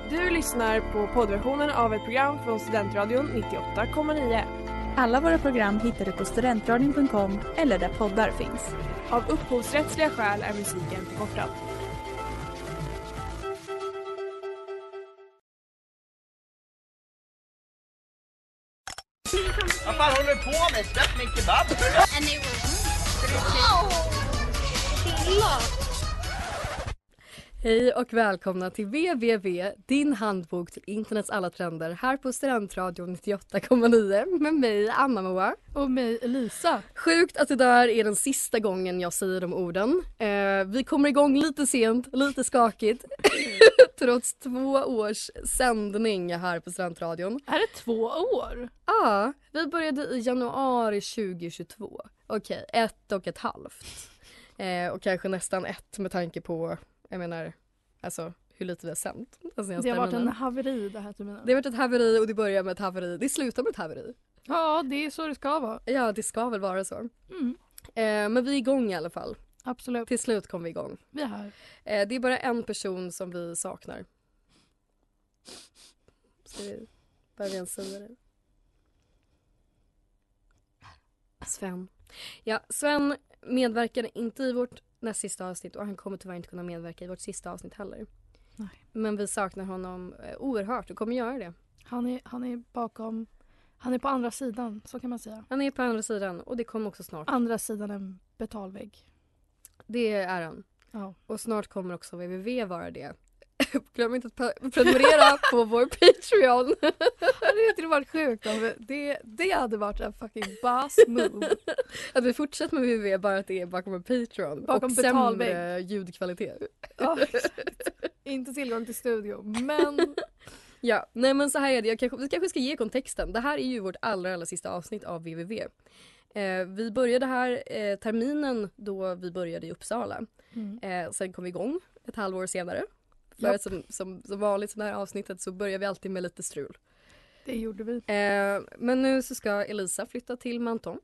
Du lyssnar på poddversionen av ett program från Studentradion 98,9. Alla våra program hittar du på studentradion.com eller där poddar finns. Av upphovsrättsliga skäl är musiken förkortad. Vad fan håller du på med? Släpp min kebab! Hej och välkomna till www, din handbok till internets alla trender här på Studentradion 98,9 med mig Anna Moa. Och mig Elisa. Sjukt att det där är den sista gången jag säger de orden. Vi kommer igång lite sent, lite skakigt. Trots 2 års sändning här på Studentradion. Är det 2 år? Ja, vi började i januari 2022. Okej, 1,5. Och kanske nästan 1 med tanke på, jag menar, alltså hur lite vi har sänt. Alltså, det har varit en haveri det här terminen. Det har varit ett haveri och det börjar med ett haveri. Det slutar med ett haveri. Ja, det är så det ska vara. Ja, det ska väl vara så. Mm. Men vi är igång i alla fall. Absolut. Till slut kom vi igång. Vi är här. Det är bara en person som vi saknar. Behöver jag ens säga det? Sven. Ja, Sven medverkade inte i vårt näst sista avsnitt och han kommer tyvärr inte kunna medverka i vårt sista avsnitt heller. Nej. Men vi saknar honom oerhört och kommer göra det. Han är bakom, han är på andra sidan, så kan man säga. Han är på andra sidan och det kommer också snart. Andra sidan en betalvägg. Det är han. Ja. Och snart kommer också www vara det. Glöm inte att prenumerera på vår Patreon. Det hade varit sjukt om det hade varit en fucking boss move. Att vi fortsätter med www bara att det är bakom en Patreon. Bakom och betalvägg. Sämre ljudkvalitet. Ja, inte tillgång till studio, men... Ja, nej men så här är det. Vi kanske ska ge kontexten. Det här är ju vårt allra sista avsnitt av www. Vi började här terminen då vi började i Uppsala. Sen kom vi igång ett halvår senare. För att som vanligt som det här avsnittet så börjar vi alltid med lite strul. Det gjorde vi. Men nu så ska Elisa flytta till Manton.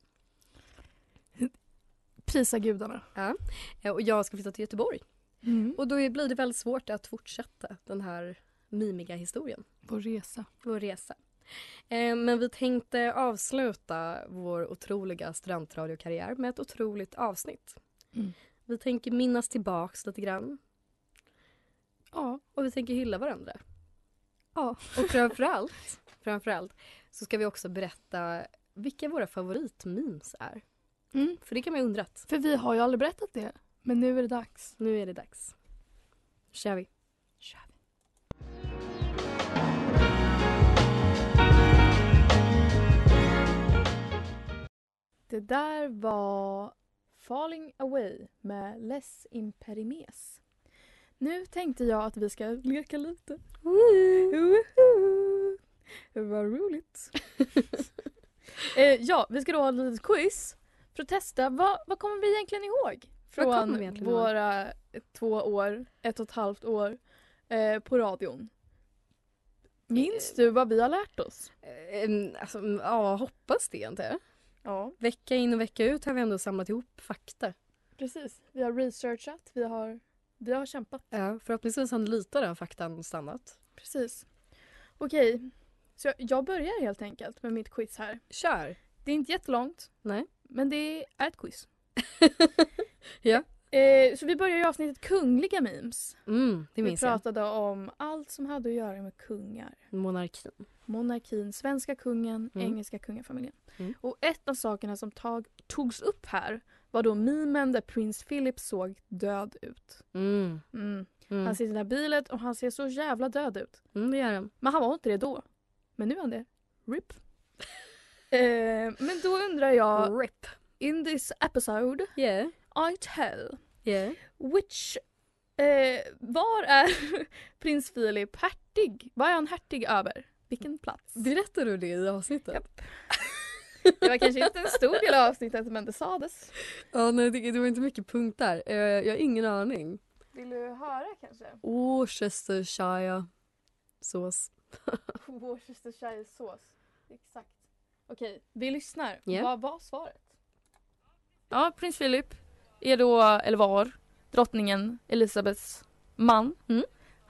Prisa gudarna. Ja. Och jag ska flytta till Göteborg. Och då blir det väldigt svårt att fortsätta den här mimiga historien. Vår resa. Men vi tänkte avsluta vår otroliga studentradiokarriär med ett otroligt avsnitt. Vi tänker minnas tillbaks lite grann. Ja. Och vi tänker hylla varandra. Ja. Och framförallt så ska vi också berätta vilka våra favoritmemes är. För det kan man ju undrat. För vi har ju aldrig berättat det. Men nu är det dags. Nu är det dags. Kör vi. Det där var Falling Away med Les Imperimes. Nu tänkte jag att vi ska leka lite. Vad roligt. Ja, vi ska då ha ett litet quiz för att testa. Vad kommer vi egentligen ihåg? Från våra 2 år, 1,5 år på radion. Minns du vad vi har lärt oss? Alltså, ja, hoppas det inte. Ja. Vecka in och vecka ut har vi ändå samlat ihop fakta. Precis. Vi har researchat, vi har kämpat. Ja, förhoppningsvis har lite den faktan stannat. Precis. Okej, så jag börjar helt enkelt med mitt quiz här. Kör! Det är inte jättelångt. Nej. Men det är ett quiz. Ja. Så vi börjar i avsnittet kungliga memes. Det minns jag. Vi pratade om allt som hade att göra med kungar. Monarkin, svenska kungen, engelska kungafamiljen. Och ett av sakerna som togs upp här var då memen där prins Philip såg död ut. Han sitter i den här bilen och han ser så jävla död ut. Det gör han. Men han var inte det då. Men nu är han det. RIP. Men då undrar jag... RIP. In this episode, Yeah. I tell which var är prins Philip hertig? Vad är han hertig över? Vilken plats? Berättar du det i avsnittet? Japp. Det var kanske inte en stor del av avsnittet, men det sades. Ja, nej, det var inte mycket punkt där. Jag har ingen aning. Vill du höra kanske? Worcestershire sås. Worcestershire sås. Exakt. Okej, vi lyssnar. Yeah. Vad var svaret? Ja, prins Philip är då, eller var, drottningen Elisabeths man.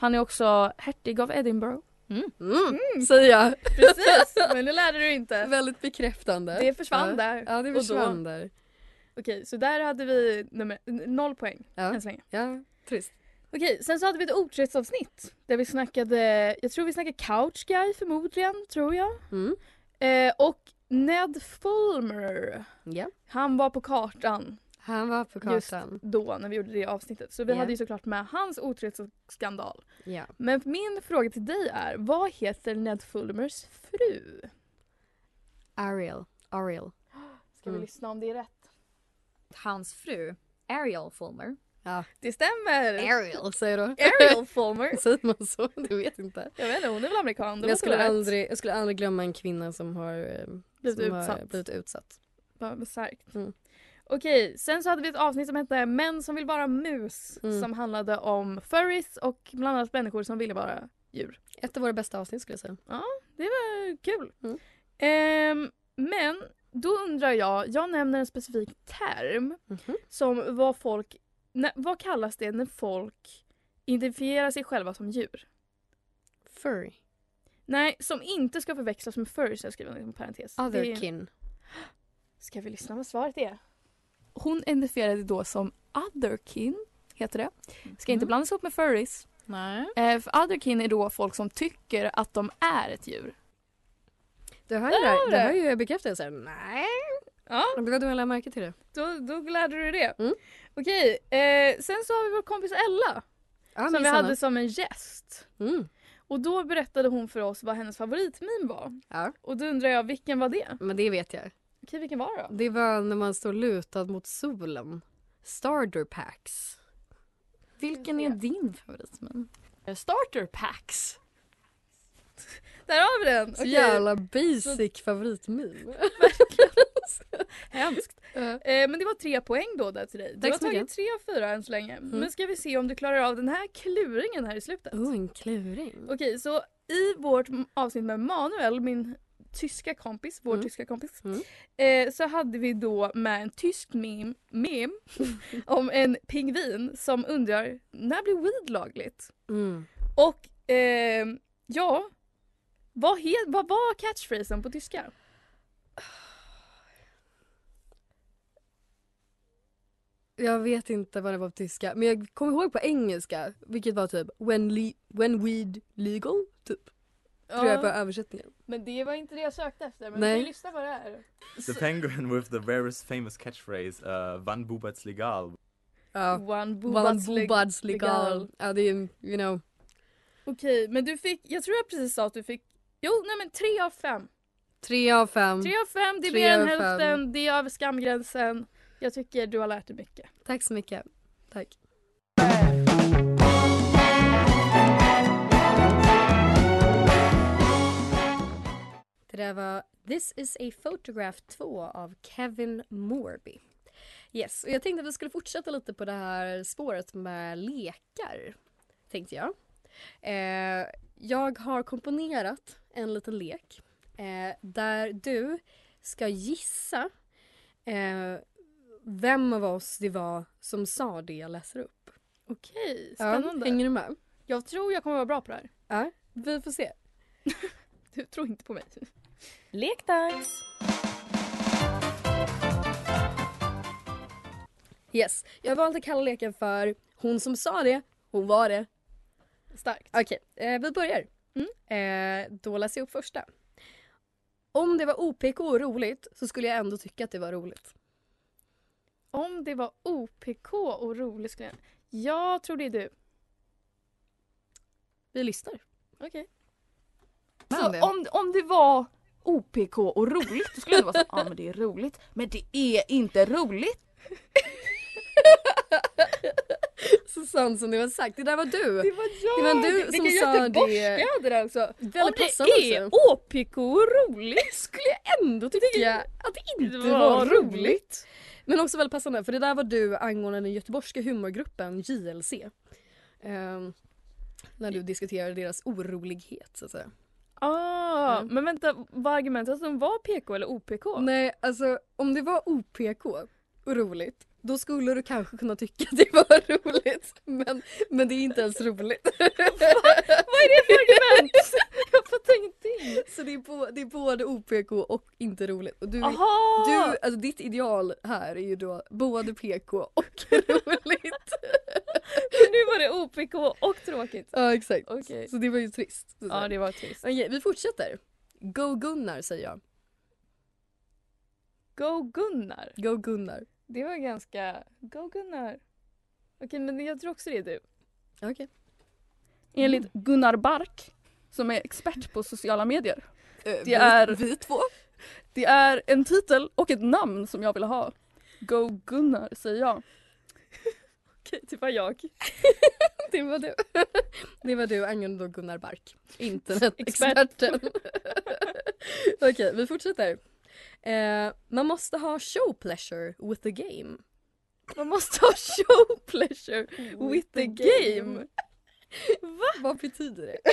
Han är också hertig av Edinburgh. Säger jag. Precis, men det lärde du inte. Väldigt bekräftande. Det försvann där. Ja, det försvann där. Okej, så där hade vi 0 poäng än så länge. Ja, trist. Okej, sen så hade vi ett ordrättsavsnitt där vi snackade, jag tror vi snackade Couch Guy förmodligen, tror jag. Och Ned Fulmer, han var på kartan. Han var på kartan. Just då när vi gjorde det avsnittet. Så vi hade ju såklart med hans otrohetsskandal. Men min fråga till dig är, vad heter Ned Fulmers fru? Ariel. Ska vi lyssna om det är rätt? Hans fru, Ariel Fulmer. Ja. Det stämmer. Ariel säger du. Ariel Fulmer. Säger man så? Du vet inte. Jag vet inte, hon är väl amerikan. Men jag skulle aldrig glömma en kvinna som har blivit utsatt. Ja, starkt. Okej, sen så hade vi ett avsnitt som hette Män som vill vara mus. Som handlade om furries och bland annat människor som ville vara djur. Ett av våra bästa avsnitt skulle jag säga. Ja, det var kul. Men då undrar jag nämner en specifik term som vad kallas det när folk identifierar sig själva som djur? Furry. Nej, som inte ska förväxlas med furries, jag skriver en parentes. Otherkin. Ska vi lyssna vad svaret är? Hon identifierade då som otherkin, heter det. Ska inte blandas ihop med furries. Nej. För otherkin är då folk som tycker att de är ett djur. Det har ju bekräftat. Nej. Ja. Det var då jag lade märke till det. Då lärde du det. Okej, sen så har vi vår kompis Ella. Som vi hade som en gäst. Och då berättade hon för oss vad hennes favoritmeme var. Ja. Och då undrar jag, vilken var det? Men det vet jag. Okej, vilken var det då? Det var när man står lutad mot solen. Starter packs. Vilken är din favoritmeme? Starter packs. Där har vi den. Så jävla basic favoritmeme. Hemskt. Men det var 3 poäng då där till dig. Du har tagit 3 av 4 än så länge. Men ska vi se om du klarar av den här kluringen här i slutet. En kluring. Okej, så i vårt avsnitt med Manuel, min tyska kompis, tyska kompis, så hade vi då med en tysk meme om en pingvin som undrar, när blir weed lagligt? Och vad var catchphrasen på tyska? Jag vet inte vad det var på tyska. Men jag kommer ihåg på engelska. Vilket var typ when weed legal typ. Tror jag på översättningen. Men det var inte det jag sökte efter. Men Nej. vi lyssnar vad det är. The penguin with the rarest famous catchphrase, Van Bubert's legal. One Bubert's legal. Ja, det är you know. Okej, men du fick, jag tror jag precis sa att du fick, 3 av 5. 3 av 5. 3 av 5, det är mer än hälften, det är över skamgränsen. Jag tycker du har lärt dig mycket. Tack så mycket. Tack. Det där var This is a photograph 2 av Kevin Morby. Yes, och jag tänkte att vi skulle fortsätta lite på det här spåret med lekar, tänkte jag. Jag har komponerat en liten lek där du ska gissa vem av oss det var som sa det jag läser upp. Okej, spännande. Ja, hänger du med? Jag tror jag kommer vara bra på det här. Ja, vi får se. Du tror inte på mig. Lekdags! Yes, jag har valt att kalla leken för Hon som sa det, hon var det. Starkt. Okej, vi börjar. Då läser jag upp första. Om det var OPK och roligt så skulle jag ändå tycka att det var roligt. Om det var OPK och roligt skulle jag tror det är du. Vi lyssnar. Okej. Så om det var OPK och roligt då skulle jag vara så, ja men det är roligt. Men det är inte roligt. Så sant som det var sagt. Det där var du. Det var jag. Det var du som sa det. Det alltså. Väldigt om passande det är också. OPK och roligt skulle jag ändå tycka att det inte var roligt. Men också väldigt passande, för det där var du angående den göteborgska humorgruppen JLC. När du diskuterade deras orolighet, så att säga. Men vänta, var argumentet att de var PK eller OPK? Nej, alltså om det var OPK roligt, då skulle du kanske kunna tycka att det var roligt. Men det är inte ens roligt. Vad är det för argument? Jag fattar ingenting. Så det är både OPK och inte roligt. Och alltså ditt ideal här är ju då både PK och roligt. Men nu var det OPK och tråkigt. Ja, exakt. Okay. Så det var ju trist. Ja, det var trist. Okej, vi fortsätter. Go Gunnar säger jag. Go Gunnar. Go Gunnar. Det var ganska... Go Gunnar. Okej, men jag tror också det är du. Okej. Enligt Gunnar Bark, som är expert på sociala medier. Vi två. Det är en titel och ett namn som jag vill ha. Go Gunnar, säger jag. Okej, det var jag. Det var du. Det var du angående Gunnar Bark. Internetexperten. Okej, vi fortsätter. Man måste ha show pleasure with the game. Man måste ha show pleasure with the game. Va? Vad betyder det?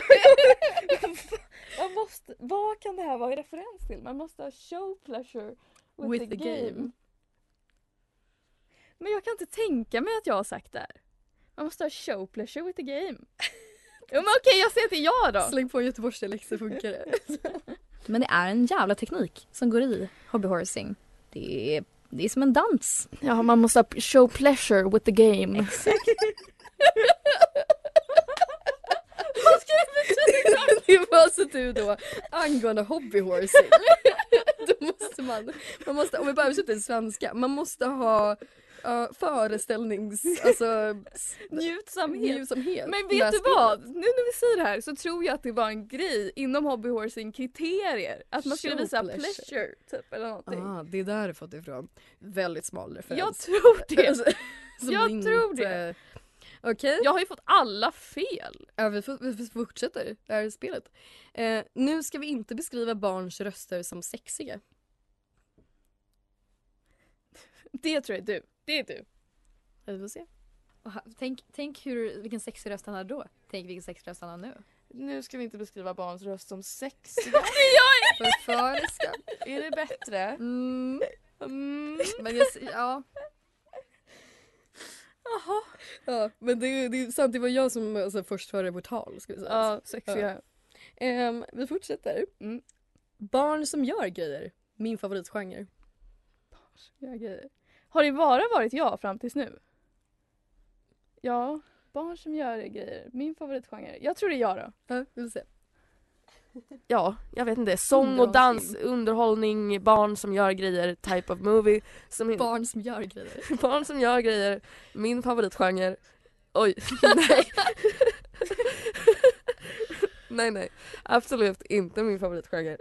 Vad kan det här vara i referens till? Man måste ha show pleasure with the game. Men jag kan inte tänka mig att jag har sagt det här. Man måste ha show pleasure with the game. Ja, men okej, jag säger att det är jag då. Släng på Göteborgsdialekt så funkar det. Men det är en jävla teknik som går i hobbyhorsing. Det är som en dans. Ja, man måste ha show pleasure with the game. Exakt. Vad ska det betyda? Det var så du då angående hobbyhorsing. Då måste man måste, om vi bara översätter till svenska, man måste ha alltså njutsamhet. Men vet du vad? Nu när vi säger det här så tror jag att det var en grej inom hobbyhorsing kriterier. Att man skulle visa pleasure typ eller någonting. Det är där du fått ifrån. Väldigt smal referens. Jag tror det. Jag tror det. Okej. Jag har ju fått alla fel. Ja, vi fortsätter det här spelet. Nu ska vi inte beskriva barns röster som sexiga. Det tror jag är du. Det är du. Vi får se. Tänk vilken sexig röst han har då. Tänk vilken sexig röst han har nu. Nu ska vi inte beskriva barns röst som sexiga. Förföriska. Är det bättre? Men ja. Jaha. Ja, men det är sant, det var jag som först förde vårt tal, ska vi säga. Ja, sexiga. Vi fortsätter. Barn som gör grejer. Min favoritgenre. Barn som gör grejer. Har det bara varit jag fram tills nu? Ja, barn som gör grejer. Min favoritgenre. Jag tror det är jag då. Ja, vi får se. Ja, jag vet inte. Sång och dans, underhållning, barn som gör grejer, type of movie. Barn som gör grejer. Barn som gör grejer. Min favoritgenre. Oj, nej. nej, absolut inte min favoritgenre.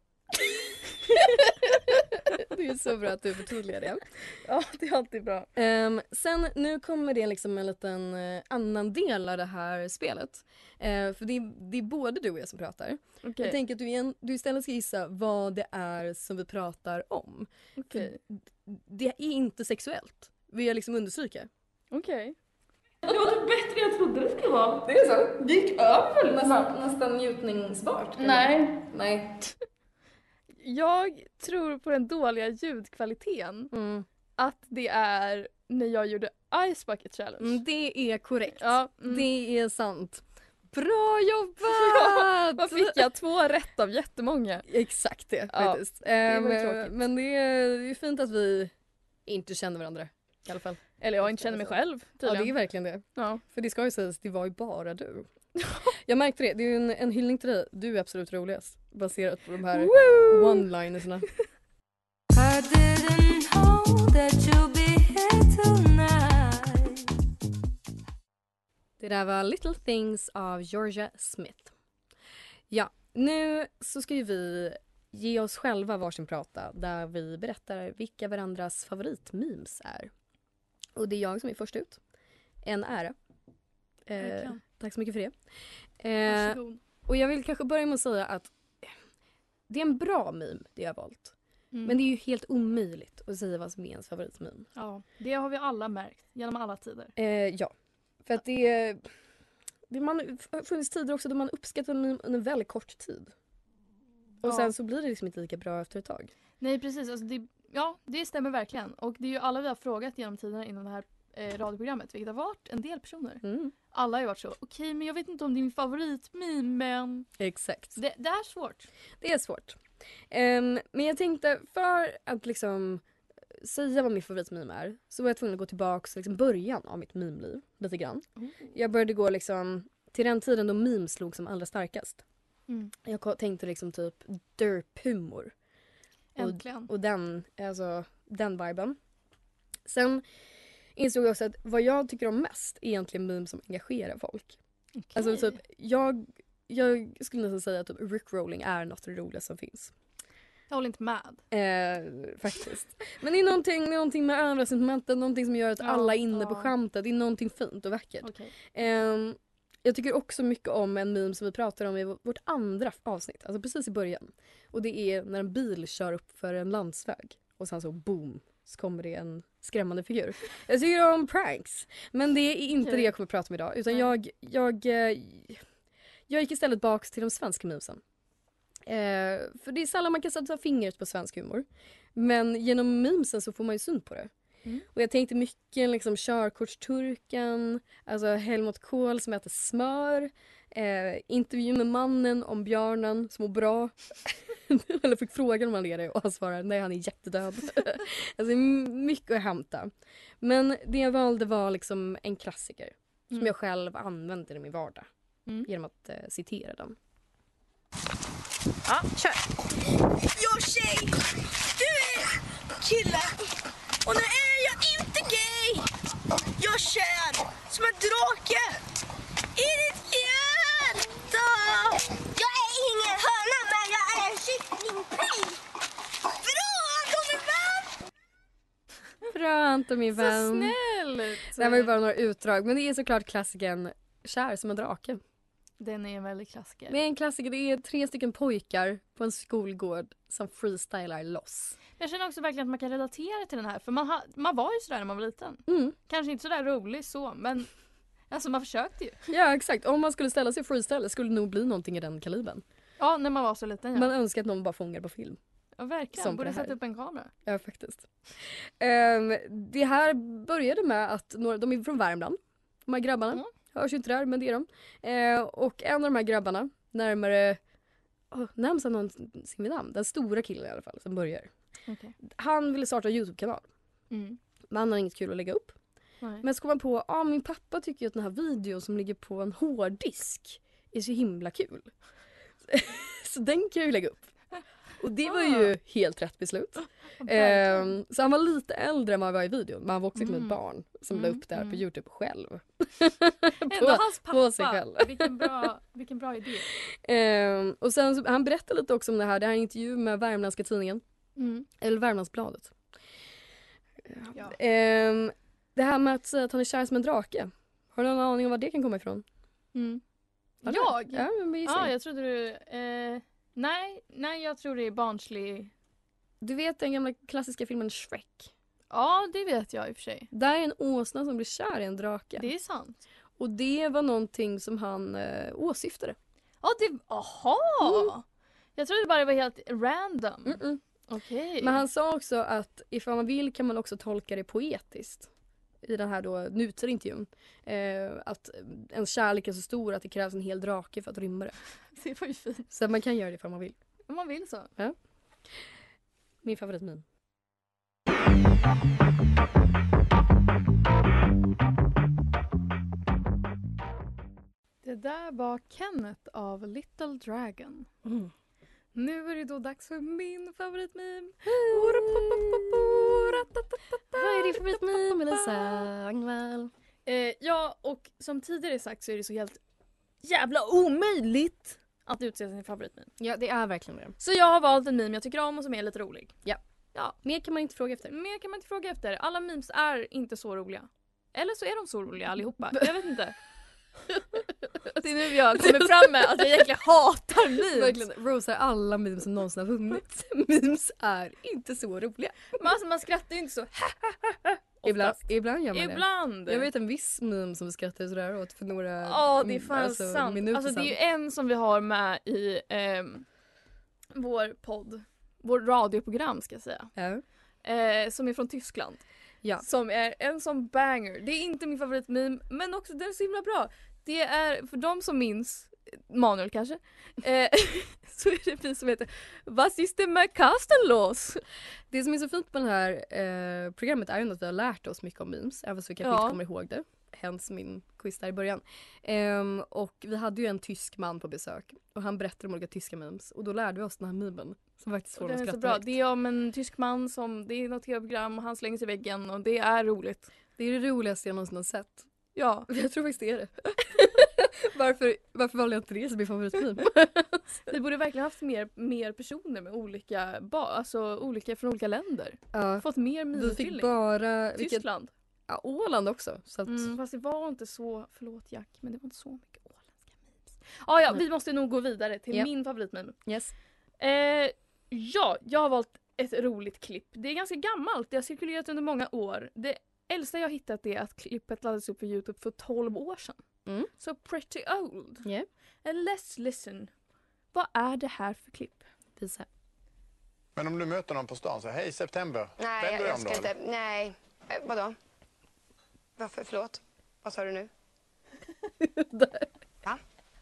Det är så bra att du förtydligar det. Ja, det är alltid bra. Sen nu kommer det liksom en liten annan del av det här spelet. För det är både du och jag som pratar. Okay. Jag tänker att du istället ska gissa vad det är som vi pratar om. Okay. Det är inte sexuellt. Vill jag liksom understryka. Okej. Det var typ bättre än jag trodde det skulle vara. Det är så. Det gick över nästan njutningsbart. Nej. Jag tror på den dåliga ljudkvaliteten. Att det är när jag gjorde Ice Bucket Challenge. Det är korrekt. Ja, det är sant. Bra jobbat! Vad fick jag? 2 rätt av jättemånga. Exakt det faktiskt. Det var tråkigt. Men det är fint att vi inte känner varandra i alla fall. Eller jag inte känner mig själv tydligen. Ja, det är verkligen det. Ja. För det ska ju sägas, det var ju bara du. Jag märkte det. Det är ju en hyllning till dig. Du är absolut roligast. Baserat på de här one-linersna. I didn't know that you'll be here tonight. Det där var Little Things av Georgia Smith. Ja, nu så ska ju vi ge oss själva varsin prata där vi berättar vilka varandras favoritmemes är. Och det är jag som är först ut. En ära. Tack så mycket för det. Varsågod. Och jag vill kanske börja med att säga att det är en bra meme det jag har valt. Men det är ju helt omöjligt att säga vad som är ens favoritmeme. Ja, det har vi alla märkt genom alla tider. Ja, för att det har funnits tider också då man uppskattar en meme under en väldigt kort tid. Och sen så blir det liksom inte lika bra efter ett tag. Nej, precis. Alltså Ja, det stämmer verkligen. Och det är ju alla vi har frågat genom tiderna inom det här radioprogrammet, vilket har varit en del personer. Alla har ju varit så, okej, men jag vet inte om det är min favoritmeme, men... Exakt. Det är svårt. Det är svårt. Men jag tänkte, för att liksom säga vad min favoritmeme är, så var jag tvungen att gå tillbaka till liksom början av mitt meme-liv lite grann. Jag började gå liksom till den tiden då meme slog som allra starkast. Jag tänkte liksom typ derp-humor. Äntligen. Och den viben. Sen insåg jag också att vad jag tycker om mest är egentligen memes som engagerar folk. Okay. Alltså typ, jag skulle nästan säga att typ rickrolling är något av det roligaste som finns. Jag håller inte med. Faktiskt. Men det är någonting med överraskningsmomentet, någonting som gör att alla är inne på skämtet. Det är någonting fint och vackert. Okay. Jag tycker också mycket om en meme som vi pratar om i vårt andra avsnitt. Alltså precis i början. Och det är när en bil kör upp för en landsväg. Och sen så boom, så kommer det en skrämmande figur. Jag tycker om pranks. Men det är inte det jag kommer att prata om idag. Utan jag gick istället bak till de svenska memesen. För det är sällan man kan sätta fingret på svensk humor. Men genom memesen så får man ju syn på det. Och jag tänkte mycket liksom körkortsturken, alltså Helmut Kohl som äter smör, intervju med mannen om björnen som mår bra. Eller fick frågan om han lever och han svarar nej, han är jättedöd. Alltså mycket att hämta. Men det jag valde var liksom en klassiker som jag själv använder i min vardag genom att citera den. Ja, kör. Jag tjej, du är kille och nu är jag inte gay. Jag kär som en drake i ditt hjärta. Jag är ingen höna men jag är en kycklingpig. Bra Anton min vän. Så snällt. Det här var ju bara några utdrag, men det är såklart klassikern Kär som en drake. Den är en väldigt klassiker. Det är en klassiker, det är 3 stycken pojkar på en skolgård som freestylar loss. Jag känner också verkligen att man kan relatera till den här. För man var ju sådär när man var liten. Kanske inte sådär rolig så, men alltså man försökte ju. Ja exakt, om man skulle ställa sig freestyle skulle det nog bli någonting i den kalibern. Ja, när man var så liten. Ja. Man önskar att någon bara fångar på film. Ja, verkligen. Borde sätta upp en kamera. Ja, faktiskt. Det här började med att de är från Värmland. De här grabbarna. Hörs ju inte där, men det är de. Och en av de här grabbarna, nämns han någonsin vid namn? Den stora killen i alla fall, som börjar. Okay. Han ville starta en YouTube-kanal. Men han har inget kul att lägga upp. Nej. Men så kom man på, min pappa tycker ju att den här videon som ligger på en hårddisk är så himla kul. Så den kan jag ju lägga upp. Och det var ju helt rätt beslut. Så han var lite äldre än man var i videon. Men han var också som ett barn som la upp det här på YouTube själv. Ändå hans pappa. På sig själv. Vilken bra idé. Och sen så, han berättade lite också om det här. Det här är en intervju med Värmländska tidningen. Eller Värmlandsbladet. Ja. Det här med att säga att han är kär som en drake. Har du någon aning om var det kan komma ifrån? Jag? Ja, men jag trodde du... Nej, jag tror det är barnslig. Du vet den gamla klassiska filmen Shrek? Ja, det vet jag i och för sig. Där är en åsna som blir kär i en drake. Det är sant. Och det var någonting som han åsyftade. Ja, aha! Jag trodde bara det var helt random. Okej. Men han sa också att ifall man vill kan man också tolka det poetiskt. I den här då nutida intervjun. Att en kärlek är så stor att det krävs en hel drake för att rymma det. Det var ju fint. Så man kan göra det ifall man vill. Om man vill så. Ja. Min favoritmin. Det där var Kenneth av Little Dragon. Nu är det då dags för min favoritmeme. Vad är din favoritmeme, Melissa Angvall? Ja, och som tidigare sagt så är det så helt jävla omöjligt att utse sin favoritmeme. Ja, det är verkligen det. Så jag har valt en meme jag tycker om och som är lite rolig. Ja. Mer kan man inte fråga efter. Alla memes är inte så roliga. Eller så är de så roliga allihopa. Jag vet inte. Det är nu jag kommer fram med att jag egentligen hatar memes. Verkligen rosar alla memes som någonsin har vunnit. Memes är inte så roliga. Men alltså, man skrattar ju inte så. Ibland gör man det. Ibland. Jag vet en viss meme som vi skrattade sådär åt för några det är fan sant. minuter alltså, sedan. Det är ju en som vi har med i vår podd. Vår radioprogram ska jag säga. som är från Tyskland. Ja. Som är en sån banger. Det är inte min favoritmeme, men också den är så himla bra. Det är, för de som minns, Manuel kanske, så är det vi som heter "Was ist denn med Kastenlos?" Det som är så fint på det här programmet är ju att vi har lärt oss mycket om memes, även så vi kanske inte kommer ihåg det. Hens min quiz där i början. Och vi hade ju en tysk man på besök och han berättade om olika tyska memes och då lärde vi oss den här memen som faktiskt får oss att skratta. Bra. Det är om en tysk man som, det är något tv-program och han slänger sig i väggen och det är roligt. Det är det roligaste jag någonsin har sett. Ja. Jag tror faktiskt det är det. Varför valde jag inte det som min favoritmeme? Vi borde verkligen haft mer personer med olika olika från olika länder. Fått mer meme-feeling. Vi fick bara Tyskland. Ja, Åland också. Så att... fast det var inte så, förlåt Jack, men det var inte så mycket åländska memes. Ja, vi måste nog gå vidare till min favoritmeme. Yes. Jag har valt ett roligt klipp. Det är ganska gammalt, det har cirkulerat under många år. Det äldsta jag hittat är att klippet laddades upp på YouTube för 12 år sedan. Så pretty old. Yeah. And let's listen. Vad är det här för klipp? Visa. Men om du möter någon på stan så hej september. Nej, jag ska inte. Nej. Vadå? Varför? Förlåt. Vad sa du nu? Va?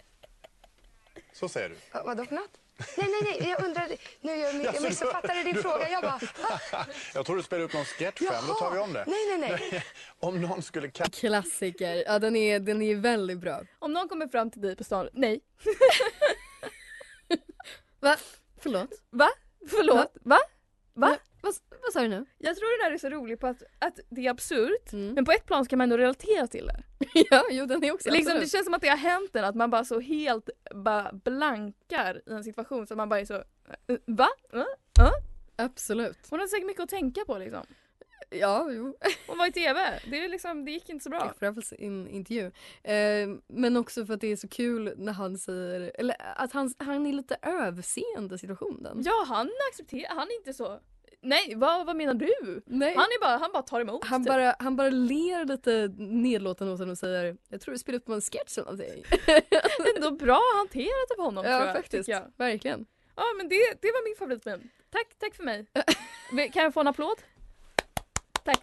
Så säger du. Vadå för något? Nej. Jag undrar. Nu jag missuppfattade din fråga. Jag bara... Jag tror du spelar upp någon sketch för då tar vi om det. Nej. Om någon skulle... Klassiker. Ja, den är väldigt bra. Om någon kommer fram till dig på stan. Nej. Va? Förlåt? Va? Förlåt? Va? Vad sa du nu? Jag tror den här är så rolig på att det är absurt. Men på ett plan ska man ändå relatera till det. Ja, den är också liksom, det känns som att det har hänt att man bara så helt bara blankar i en situation så man bara är så va? Absolut. Hon har säkert mycket att tänka på liksom. Ja, jo. Hon var i tv. Det gick inte så bra. Framförallt i en intervju. Men också för att det är så kul när han säger... Eller att han är lite överseende i situationen. Ja, han accepterar. Han är inte så... Nej, vad menar du? Nej. Han bara tar emot. Han bara ler lite nedlåtande åt honom och säger jag tror du spelar upp på en sketch eller någonting. Ändå bra hanterat av honom tror jag. Faktiskt. Jag. Verkligen. Ja, men det var min favoritmeme. Tack för mig. Kan jag få en applåd? Tack.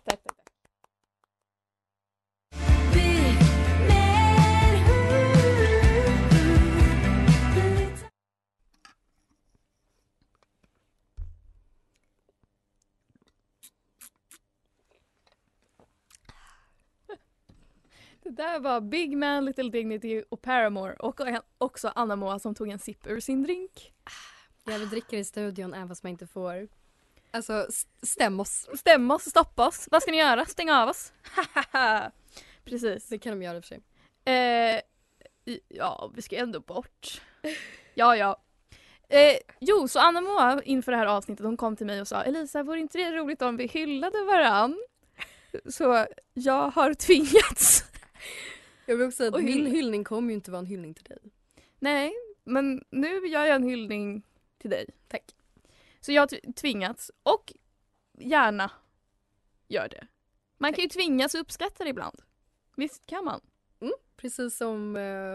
Det där var Big Man, Little Dignity och Paramore och också Anna Moa som tog en sipp ur sin drink. Jag vill dricka i studion även fast man inte får. Alltså stäm oss, stoppa oss. Vad ska ni göra? Stänga av oss? Precis. Det kan de göra i och för sig. Ja, vi ska ändå bort. Ja. Så Anna Moa inför det här avsnittet hon kom till mig och sa Elisa, vore inte det roligt om vi hyllade varann? Så jag har tvingats. Jag vill också säga att min hyllning kommer ju inte vara en hyllning till dig. Nej, men nu gör jag en hyllning till dig. Tack. Så jag har tvingats och gärna gör det. Man kan ju tvingas uppskatta det ibland. Visst kan man? Precis som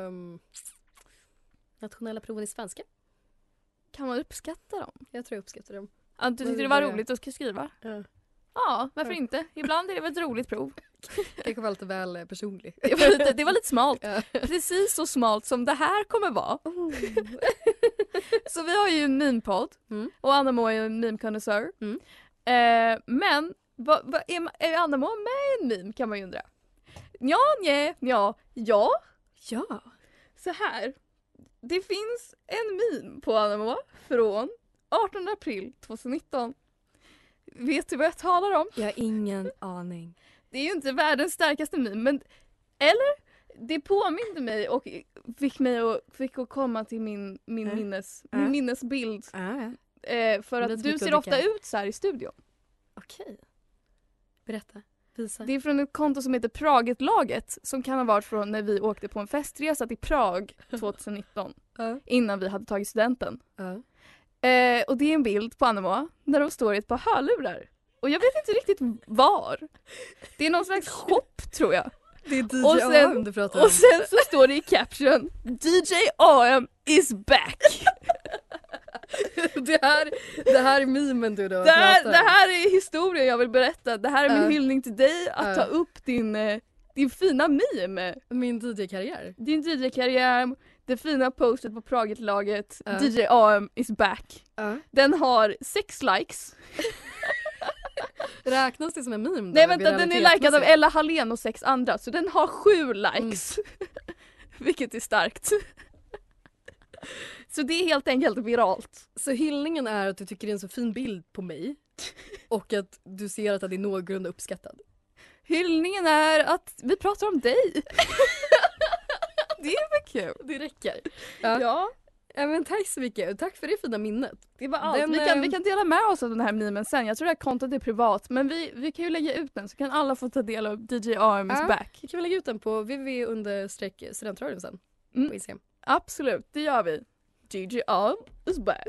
nationella proven i svenska. Kan man uppskatta dem? Jag tror jag uppskattar dem. Du tyckte det var roligt att skriva? Ja, varför inte? Ibland är det väl ett roligt prov. Kanske var lite väl personlig. Det var lite smalt. Precis så smalt som det här kommer vara. Så vi har ju en meme-podd. Och Anna Moa är en meme-konnässör. Men är Anna Moa med i en meme kan man ju undra. Ja. Så här. Det finns en meme på Anna Moa från 18 april 2019. Vet du vad jag talar om? Jag har ingen aning. Det är ju inte världens starkaste meme, men det påminde mig och fick att komma till min minnesbild. För att du ser ofta ut så här i studion. Okej. Berätta. Visa. Det är från ett konto som heter Pragetlaget som kan ha varit från när vi åkte på en festresa till Prag 2019. Innan vi hade tagit studenten. Och det är en bild på Anna Moa när de står i ett par hörlurar. Och jag vet inte riktigt var. Det är någon slags shop tror jag. Det är DJ AM du pratar om. Och sen så står det i caption DJ AM is back. Det här är memen du då. Det här är historia jag vill berätta. Det här är min hyllning till dig att ta upp din fina meme. Min DJ-karriär. Din DJ-karriär, det fina postet på Praget-laget. DJ AM is back. Den har 6 likes. Räknas det som en meme då? Nej vänta, den är likad av Ella Hallén och 6 andra. Så den har 7 likes. Vilket är starkt. Så det är helt enkelt viralt. Så hyllningen är att du tycker det är en så fin bild på mig. Och att du ser att den är någorlunda uppskattad. Hyllningen är att vi pratar om dig. Det är väl kul. Det räcker. Ja. Men tack så mycket. Tack för det fina minnet. Det var allt. Vi kan dela med oss av den här memen sen. Jag tror det här kontot är privat. Men vi kan ju lägga ut den så kan alla få ta del av DJ AM is back. Vi kan väl lägga ut den på www_studentradion sen. På Instagram. Absolut, det gör vi. DJ AM is back.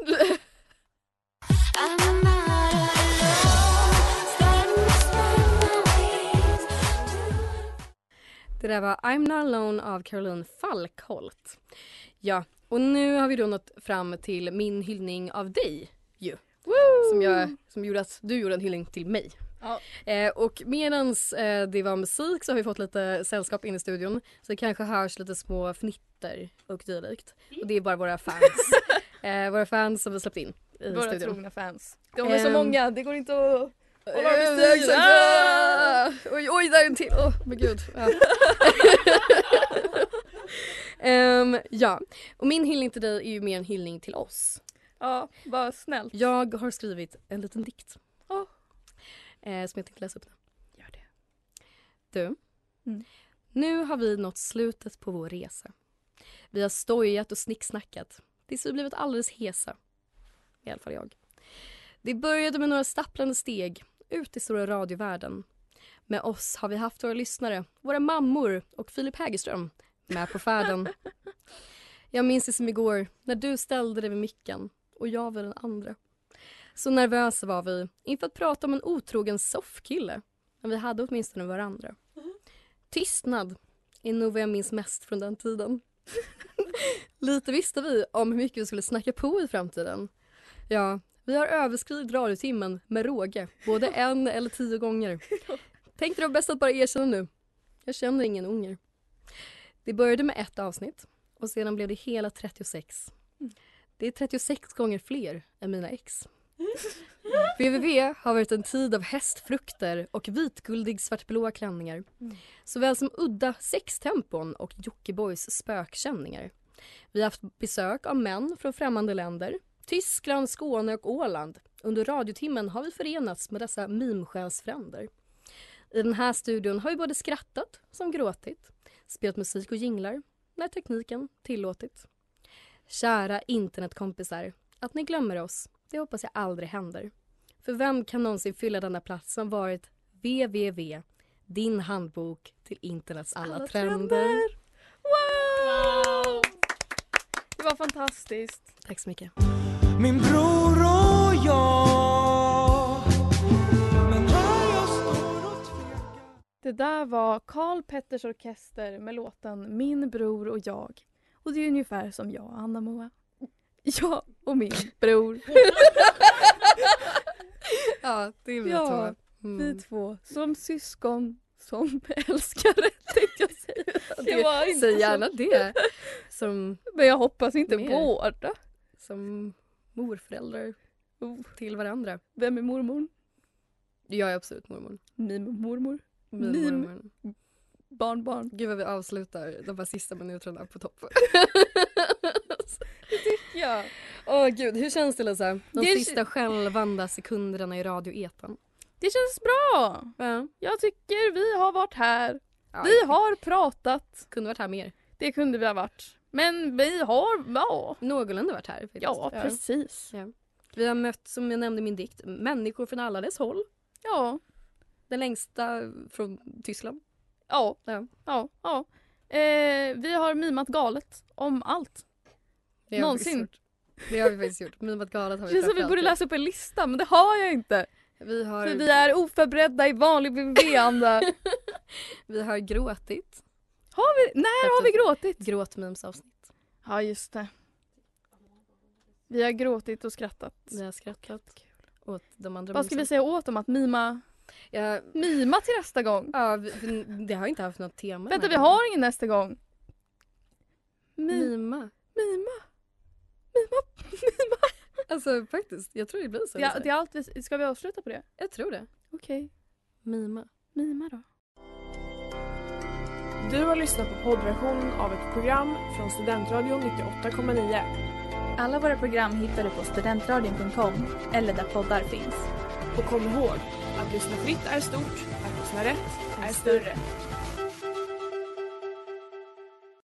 Det där var I'm Not Alone av Caroline Falkholt. Ja, och nu har vi då nått fram till min hyllning av dig ju. Som gjorde att du gjorde en hyllning till mig. Ja. Och medans det var musik så har vi fått lite sällskap in i studion. Så det kanske hörs lite små fnitter och dylikt. Och det är bara våra fans. Våra fans som vi släppt in i våra studion. Trogna fans. De är så många, det går inte att... Oj, där är en till. Men gud. Ja, och min hyllning till dig är ju mer en hyllning till oss. Ja, vad snällt. Jag har skrivit en liten dikt. Som jag tänkte läsa upp nu. Gör det. Du, nu har vi nått slutet på vår resa. Vi har stojat och snicksnackat. Tills vi blivit alldeles hesa. I alla fall jag. Det började med några stapplande steg ut i stora radiovärlden. Med oss har vi haft våra lyssnare, våra mammor och Filip Hägerström med på färden. Jag minns det som igår när du ställde dig vid micken och jag var den andra. Så nervösa var vi inför att prata om en otrogen soffkille. Men vi hade åtminstone varandra. Tystnad är nog vad jag minns mest från den tiden. Lite visste vi om hur mycket vi skulle snacka på i framtiden. Ja, vi har överskridit radiotimmen med råge. Både 1 eller 10 gånger. Tänkte det var bäst att bara erkänna nu. Jag känner ingen ånger. Det började med 1 avsnitt. Och sedan blev det hela 36. Det är 36 gånger fler än mina ex. VVV har varit en tid av hästfrukter och vitguldig svartblåa klänningar. Såväl som udda sextempon och Jockibboys spökkänningar. Vi har haft besök av män från främmande länder. Tyskland, Skåne och Åland. Under radiotimmen har vi förenats med dessa mimsjälsfränder. I den här studion har vi både skrattat som gråtit. Spelat musik och jinglar när tekniken tillåtit. Kära internetkompisar, att ni glömmer oss, det hoppas jag aldrig händer. För vem kan någonsin fylla denna plats som varit www, din handbok till internets alla trender. Wow! Det var fantastiskt. Tack så mycket. Min bror och jag, men här jag står och tvekar. Det där var Karl Petters orkester med låten Min bror och jag. Och det är ungefär som jag och Anna-Moa. Jag och min bror. Ja, det är vi två. Vi två. Som syskon, som älskare tänkte jag säga. Det var inte säg gärna så. Det. Som men jag hoppas inte mer. Båda. Som morföräldrar till varandra. Vem är mormor? Jag är absolut mormor. Mormor. Mormor. Barnbarn. Gud vad vi avslutar de här sista minuterna på topp. Det tycker jag. Åh gud, hur känns det Lisa? De sista skälvande sekunderna i radioeten. Det känns bra. Ja. Jag tycker vi har varit här. Ja, vi har pratat. Kunde varit här mer. Det kunde vi ha varit. Men vi har någorlunda varit här. Faktiskt. Ja, precis. Ja. Vi har mött, som jag nämnde i min dikt, människor från alla dess håll. Ja. Den längsta från Tyskland. Ja. Vi har mimat galet om allt. Någonsin. Det har vi faktiskt gjort. Mimat galet har vi. Det känns som vi borde läsa upp en lista, men det har jag inte. För vi är oförberedda i vanlig VVV-anda. Vi har gråtit. När har vi gråtit? Gråtmimsavsnitt. Ja, just det. Vi har gråtit och skrattat. Vi har skrattat åt de andra. Vad ska vi säga åt dem att mima? Mima till nästa gång. Ja, det har inte haft något tema. Vänta, vi har ingen nästa gång. Mima. Alltså faktiskt, jag tror det blir så. Det är allt ska vi avsluta på det? Jag tror det. Okej. Mima då. Du har lyssnat på poddversionen av ett program från Studentradion 98,9. Alla våra program hittar du på studentradion.com eller där poddar finns. Och kom ihåg, att lyssna fritt är stort, att lyssna rätt är större.